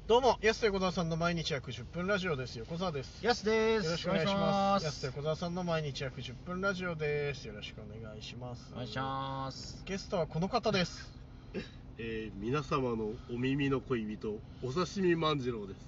どうも、安手小沢さんの毎日約10分ラジオです。横澤です。 安です。 よろしくお願いします。安手小沢さんの毎日約10分ラジオです。よろしくお願いします。 お願いします。 ゲストはこの方です。 皆様のお耳の恋人、お刺身万次郎です。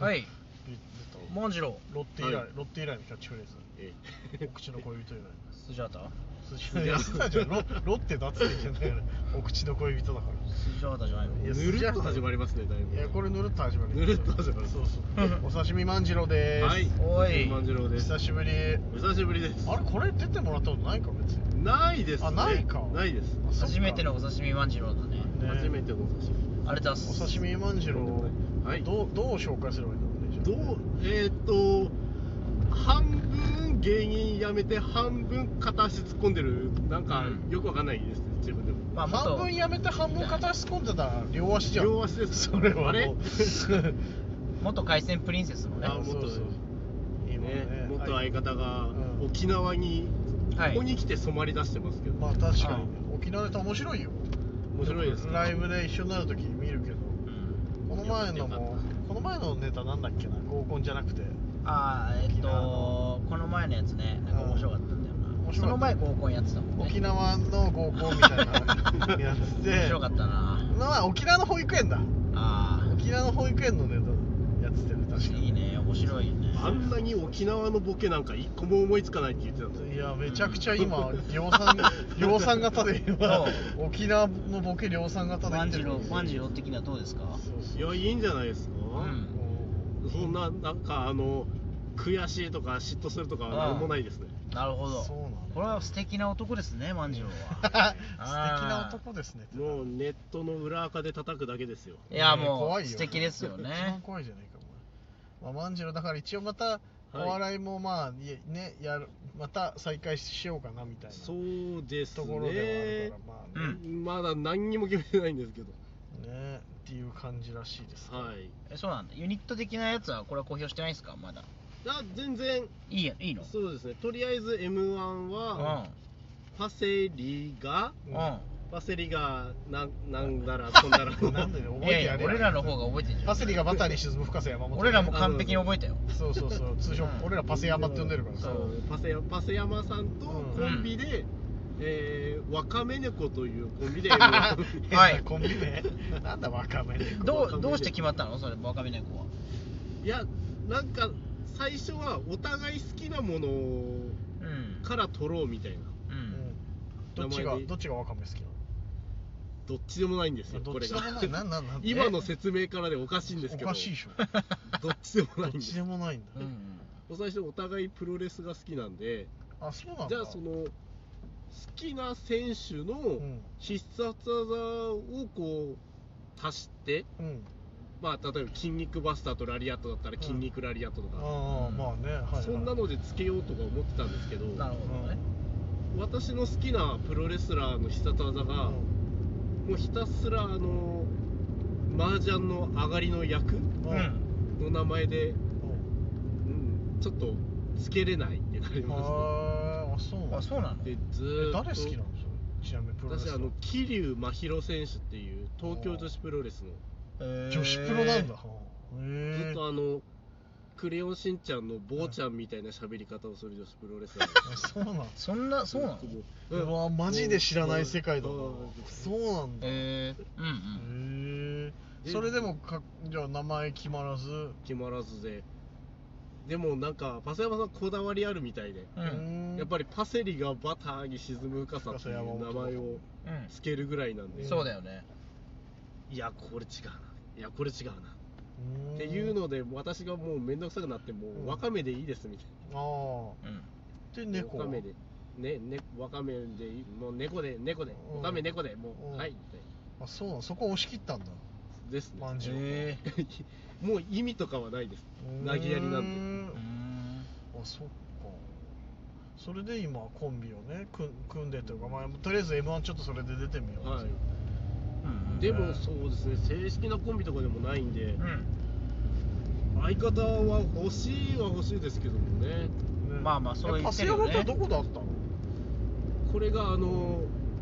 はい。万次郎。 ロッテ以来のキャッチフレーズ。お口の恋人以来。 スジャータ？ スジャータじゃん。ロッテだっつって言ってんだから。お口の恋人だから。 スジャータじゃないの？ ぬるっと始まりますね、だいぶ。 いや、これぬるっと始まる。 ぬるっと始まる。 そうそう。お刺身万次郎です。 はい。 おい。 万次郎です。 久しぶり。 お久しぶりです。 あれ、これ出てもらったことないか別に。 ないですね。 あ、ないか。 ないです。 初めてのお刺身万次郎だね。 初めてのお刺身。 あれだす。 お刺身万次郎。 はい。 どう紹介すればいいのね。 半分芸人辞めて半分片足突っ込んでる、なんかよくわかんないですね、自分でも。 まあ、半分辞めて半分片足突っ込んでたら両足じゃん。 両足です。 それはあれ元海鮮プリンセスのね。 あ、元そういいもんね。 元相方がうん沖縄に、 はいここに来て染まり出してますけど、 まあ確かに沖縄ネタ面白いよ。 面白いですね。 ライブで一緒になるとき見るけど、 うん。 この前のネタなんだっけな、合コンじゃなくて、 この前のやつね、なんか面白かったんだよな。 面白かったその前合コンやってたもんね。 沖縄の合コンみたいなやつで面白かったな。 まあ沖縄の保育園だ。 あ沖縄の保育園のネタやってたよね、 あ。 確かに。 いいね、面白いね。 あんなに沖縄のボケなんか一個も思いつかないって言ってたんですよ。 いや、めちゃくちゃ今量産型で今沖縄のボケ量産型で万言ってる。 次郎的にはどうですか？ いや、いいんじゃないですか。 うん。 そんな、なんか悔しいとか嫉妬するとかは何もないですね。 なるほど。 そうなんだ。 これは素敵な男ですね、万次郎は。 素敵な男ですね。 もうネットの裏垢で叩くだけですよ。 いや、も怖いよう素敵ですよ一番ね。 怖いじゃないかお前。まあ、万次郎だから一応またお笑いもまあねまた再開しようかなみたいなそうですところではあるから、まあね、 まだ何にも決めてないんですけど。 ねっていう感じらしいです。 はい。 そうなんだ。ユニット的なやつはこれは公表してないですか、まだ。 全然いいの？ そうですね。とりあえず M1 はパセリがなんだらそんだらなんでね、覚えてやれよ。 俺らの方が覚えてるじゃん。 パセリがバターに沈む深瀬山本。 俺らも完璧に覚えたよ。 そう通称俺らパセ山って呼んでるからさ。 パセ山さんとコンビで、ワカメ猫というコンビではい。 コンビ名なんだワカメ猫。 どうして決まったのそれ、ワカメ猫は。 いや、なんか最初はお互い好きなものから取ろうみたいな。 どっちがワカメ好きなの？ どっちでもないんですよ、これが。今の説明からでおかしいんですけど。 おかしいでしょ。 どっちでもないんです。 どっちでもないんだ。 最初お互いプロレスが好きなんで、 あ、そうなんだ。 じゃあその好きな選手の必殺技をこう足して、まあ例えば筋肉バスターとラリアットだったら筋肉ラリアットとか、 まあね、 そんなのでつけようとか思ってたんですけど、 なるほどね。 私の好きなプロレスラーの必殺技が、もうひたすら麻雀の上がりの役の名前で、ちょっとつけれないってなりました。 あ、そうなの？ でずーっと誰好きなのそれ？ちなみにプロレス。 私桐生真宙選手っていう東京女子プロレスの女子プロなんだ。 ずっとクレヨンしんちゃんの坊ちゃんみたいな喋り方をする女子プロレスラー。 そうなん。 そうなの？ うわ、マジで知らない世界だな。そうなんだ。それでもじゃあ名前決まらずでもなんかパセ山さんこだわりあるみたいで、やっぱりパセリがバターに沈む深さっていう名前をつけるぐらいなんで、 そうだよね。 いやこれ違うな、いやこれ違うなっていうので、私がもう面倒くさくなって、もうワカメでいいですみたいな。 で猫ワカメでワカメでもう猫でワカメ猫でもうはいって。 あ、そうなの。そこ押し切ったんだ。 ですね。 万次郎。 もう意味とかはないです。投げやりなんで。 あ、そっか。それで今コンビをね組んでというか、まあとりあえず M1 ちょっとそれで出てみよう。 はい。でもそうですね、正式なコンビとかでもないんで、相方は欲しいですけどもね。 まあそう言ってるよね。 パセ山ってどこだったの？ これが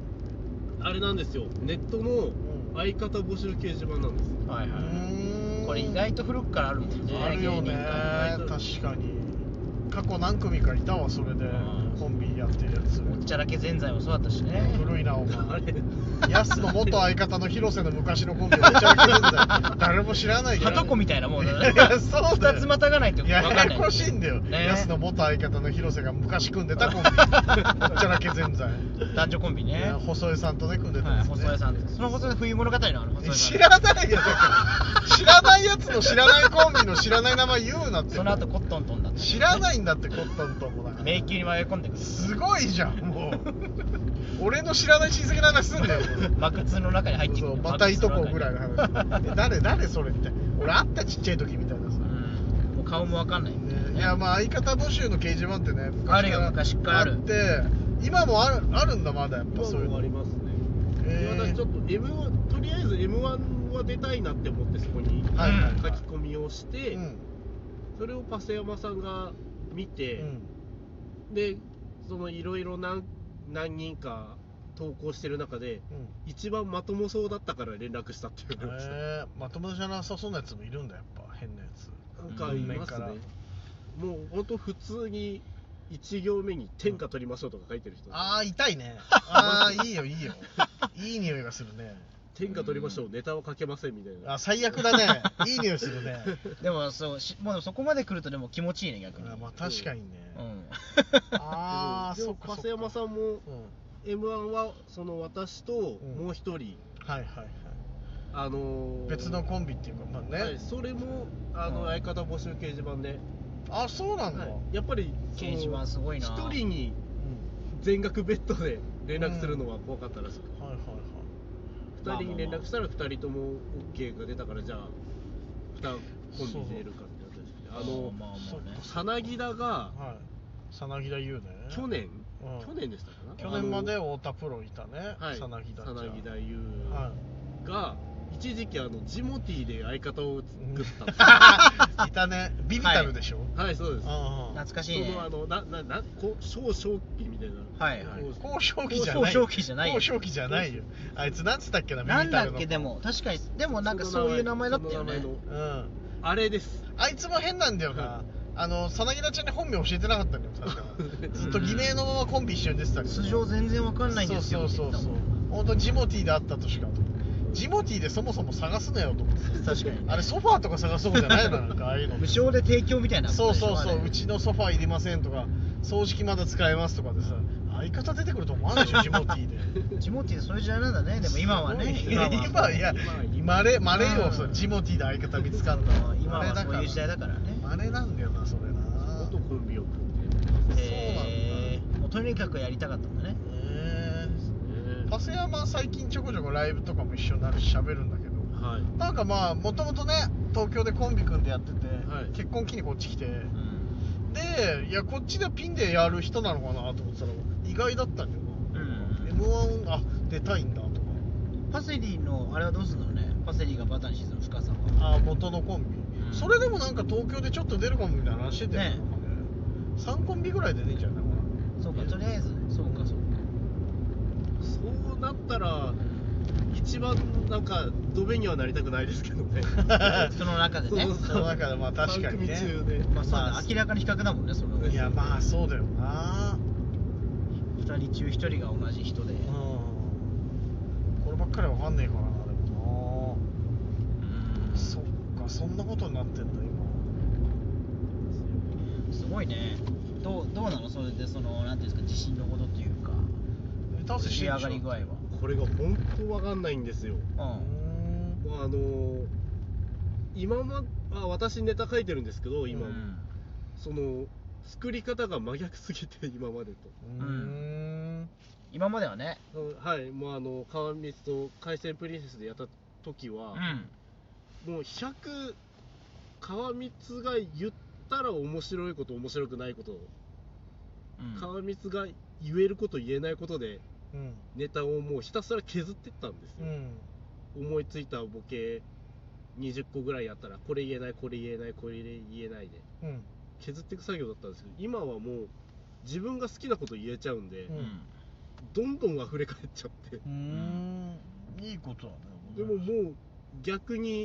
あれなんですよ、ネットの相方募集掲示板なんです。 はいはい。これ意外と古くからあるもんね。 あるよね、確かに。過去何組かいたわ、それでコンビやってるやつ。 おっちゃらけぜんざいもそうだったしね。 古いなお前。ヤスの元相方の広瀬の昔のコンビ、おっちゃらけぜんざい誰も知らないけど。 はとこみたいなもんだね。 いやそうだよ。 二つまたがないと分かんない。 ややこしいんだよ。ヤスの元相方の広瀬が昔組んでたコンビ、おっちゃらけぜんざい。 男女コンビね。 細江さんとね組んでたんですね。 細江さん。その細江冬物語の細江さん。 知らないよ。知らないやつの知らないコンビの知らない名前言うなって。 その後コットントンだった。 知らないんだってコットントンもだから。 迷宮に迷い込んでくる。 すごいじゃんもう。俺の知らない親戚の話すんだよ。 幕通の中に入ってくる。 またいとこぐらいの話。誰それみたいな。俺会ったちっちゃい時みたいなさ。 もう顔もわかんない。 いやまあ相方募集の掲示板ってね、 昔からある。 あって今もあるんだまだやっぱそういうのありますね。私ちょっと M1 とりあえず M1 は出たいなって思ってそこに書き込みをして、それをパセ山さんが見て、でそのいろいろ何人か投稿してる中で、一番まともそうだったから連絡したっていう話でまともじゃなさそうなやつもいるんだやっぱ変なやつなんかいますね。もうほんと普通に1行目に天下取りましょうとか書いてる人、 ああ痛いね。ああいいよいい匂いがするね。 天下取りましょう、ネタは書けませんみたいな。 あ最悪だね。いい匂いするね。 でももうそこまで来るとでも気持ちいいね逆に。 まあ確かにね。 ああでもパセ山さんも M1 はその私ともう一人、 別のコンビっていうかまあね、 それも相方募集掲示板で。 あそうなんだ。 やっぱり掲示板すごいな。 一人に全額ベッドで連絡するのは怖かったらしく、2人に連絡したら2人とも OK が出たから、じゃあ2コンビ出るかってなったんですけど、さなぎだがさなぎだ優ね。 去年でしたかな。 去年まで太田プロいたね。さなぎだ優が一時期ジモティーで相方を作ったんですいたね。ビビタルでしょ。 はいそうです。 懐かしいね。 小正気みたいな。 高正気じゃない。 高正気じゃない。 高正気じゃないよ。あいつなんつったっけな。 なんだっけ。でも確かにでもなんかそういう名前だったよね。 あれです。 あいつも変なんだよな。さなぎだちゃんに本名教えてなかったんだよ確か。ずっと偽名のままコンビ一緒に出てたけど。 素性全然わかんないんですよ。 そう本当にジモティーであったとしか。ジモティーでそもそも探すなよと思って。 確かにあれソファーとか探すとこじゃないのなんかああいうの。 無償で提供みたいな。 そううちのソファーいりませんとか掃除機まだ使えますとかでさ、相方出てくると思わないでしょジモティーで。 ジモティーでそういう時代なんだね。でも今はね。 今いやまれよジモティーで相方見つかんの。 今はそういう時代だからね。 あれなんだよなそれな。 元コンビを組んで。 そうなんだ。もうとにかくやりたかったんだね。 パセ山最近ちょこちょこライブとかも一緒になるし喋るんだけど、なんかまあもともとね東京でコンビ組んでやってて、結婚機にこっち来て、でいやこっちでピンでやる人なのかなと思ってたら意外だったんだよな。M1 出たいんだとか。 パセリのあれはどうすんだろうね。パセリがバターに沈む深さは。 元のコンビ、それでもなんか東京でちょっと出るかもみたいな話しててね。3コンビぐらいで出んじゃないかな。 そうかとりあえずそうそうなったら一番なんかドベにはなりたくないですけどね。 その中でね。 その中でまあ確かにね。 まあそうだ、明らかに比較だもんねそれ。 いやまあそうだよな。 2人中1人が同じ人で。 こればっかりわかんねえからなでもな。そっかそんなことになってんだ今。すごいね。どうなのそれでなんていうんですか自信のほどっていうか。仕上がり具合は。 これが本当わかんないんですよ。私ネタ書いてるんですけど今も、作り方が真逆すぎて今までと。 今まではね。 もう川光と海鮮プリンセスでやった時は、もう100川光が言ったら面白いこと面白くないこと、川光が言えること言えないことでネタをもうひたすら削ってったんですよ。思いついたボケ20個ぐらいやったらこれ言えないこれ言えないこれ言えないで、削っていく作業だったんですけど、今はもう自分が好きなこと言えちゃうんで、どんどん溢れ返っちゃって。 いいことだね。 でももう逆に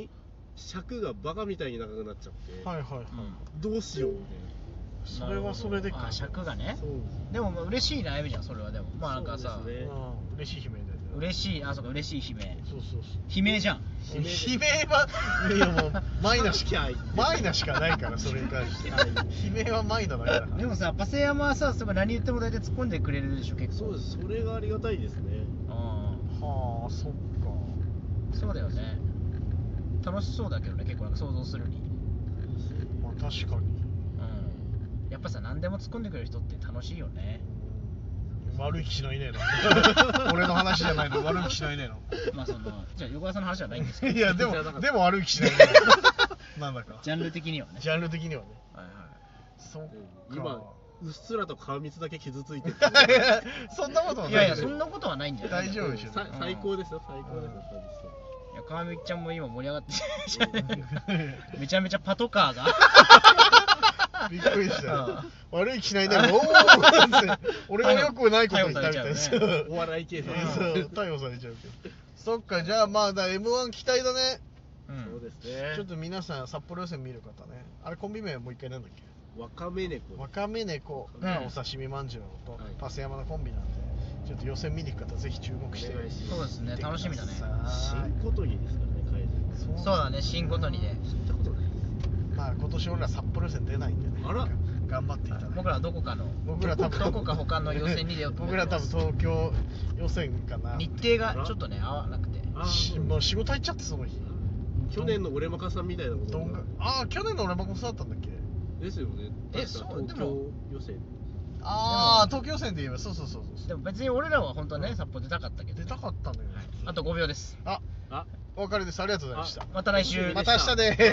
尺がバカみたいに長くなっちゃって、 はいはいはい、 どうしようみたいな。 それはそれでか。 尺がね。でも嬉しい悩みじゃん、それは。でもまあなんかさ、 嬉しい悲鳴だよね。 嬉しい、あ、そうか、嬉しい悲鳴。 そうそうそう。 悲鳴じゃん。 悲鳴は、いやもうマイナしかないから、それに関して。悲鳴はマイナだから。 でもさ、パセヤマはさ、何言っても大体突っ込んでくれるでしょ、結構。 そうです、それがありがたいですね。 はあ、そっか。 そうだよね。楽しそうだけどね、結構なんか想像するに。 まあ確かに。 やっぱさ、何でも突っ込んでくれる人って楽しいよね。 悪い気しないねえの。俺の話じゃないの、悪い気しないねえの。 まあじゃあ横川さんの話じゃないんですけど。 いやでも悪い気しないねえの。なんだか。 ジャンル的にはね。 ジャンル的にはね。 はいはい。 そっか。 今うっすらと顔蜜だけ傷ついてる。 そんなことはない。 いやいや、そんなことはないんじゃない。 大丈夫でしょ。 最高ですよ、最高ですよ。 いや、川道ちゃんも今盛り上がってめちゃめちゃパトカーがびっくりしたよ。悪い気しないね。俺がよくないこと言ったみたいです。 お笑い系さん。 逮捕されちゃうけど。そっか、じゃあまあM1 期待だね。 そうですね。 ちょっと皆さん札幌予選見る方ね。あれコンビ名もう一回なんだっけ。 わかめ猫。 わかめ猫がお刺身まんじゅうのとパセヤマのコンビなんで、ちょっと予選見に行く方ぜひ注目して。 そうですね、楽しみだね。 新ことにですからね、 会場。そうだね、新ことにで。 聞いたことない。 まあ今年俺ら札幌予選出ないんでね。 あら、 頑張っていただいて。 僕らはどこかの。 僕ら多分どこか他の予選に出ようと思ってます。 僕ら多分東京予選かな。 日程がちょっとね合わなくて。 もう仕事入っちゃってその日。 去年の俺マカさんみたいなこと。 去年の俺マカさんだったんだっけ。 ですよね。 そう東京予選。 東京予選で言えばそう。 でも別に俺らは本当はね、札幌出たかったけど。 出たかったのよ。 あと5秒です。 お別れです。ありがとうございました。 また来週。 また明日で。